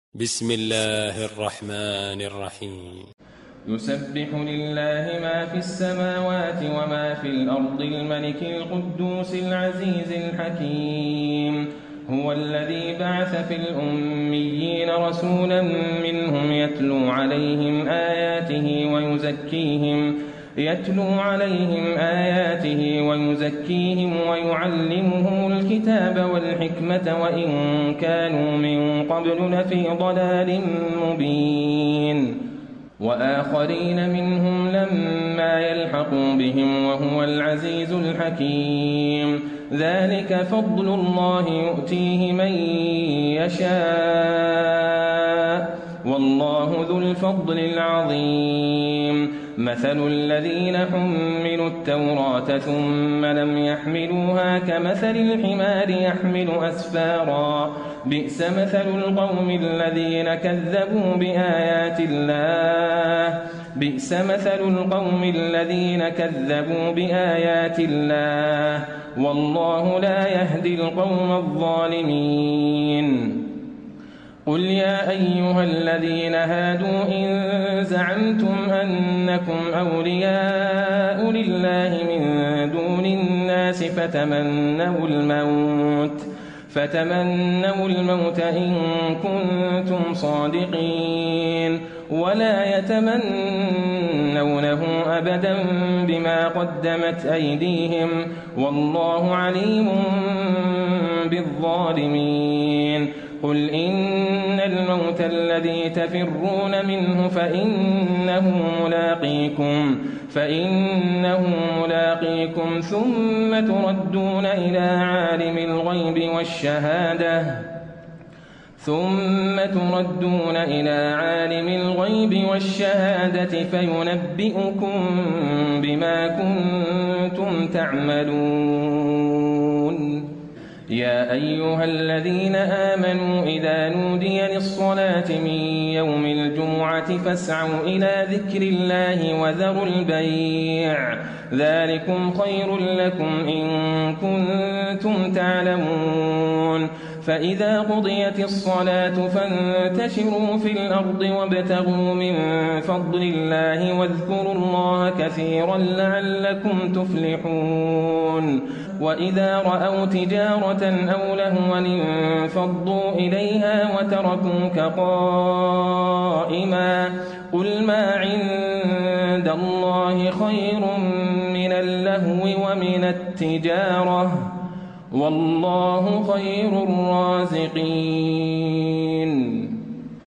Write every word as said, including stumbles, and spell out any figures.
بسم الله الرحمن الرحيم. يسبح لله ما في السماوات وما في الأرض الملك القدوس العزيز الحكيم. هو الذي بعث في الأميين رسولا منهم يتلو عليهم آياته ويزكيهم يتلو عليهم آياته ويزكيهم ويعلمهم الكتاب والحكمة وإن كانوا من قبل لفي ضلال مبين. وآخرين منهم لما يلحقوا بهم وهو العزيز الحكيم. ذلك فضل الله يؤتيه من يشاء والله ذو الفضل العظيم. مثل الذين حملوا التوراة ثم لم يحملوها كمثل الحمار يحمل أسفارا بئس مثل القوم الذين كذبوا بآيات الله بئس مثل القوم الذين كذبوا بآيات الله والله لا يهدي القوم الظالمين. قل يا أيها الذين هادوا إن زعمتم أنكم أولياء لله من دون الناس فتمنوا الموت فتمنوا الموت إن كنتم صادقين ولا يتمنونه أبدا بما قدمت أيديهم والله عليم بالظالمين. قل إن الموت الذي تفرون منه فإنه ملاقيكم فإنه ملاقيكم ثم تردون إلى عالم الغيب والشهادة ثم تردون إلى عالم الغيب والشهادة فينبئكم بما كنتم تعملون. يا أيها الذين آمنوا إذا نودي للصلاة من يوم الجمعة فاسعوا إلى ذكر الله وذروا البيع ذلكم خير لكم إن كنتم تعلمون. فإذا قضيت الصلاة فانتشروا في الأرض وابتغوا من فضل الله واذكروا الله كثيرا لعلكم تفلحون. وإذا رأوا تجارة أو لهوا انفضوا إليها وتركوك قائما قل ما عند الله خير من اللهو ومن التجارة والله خير الرازقين.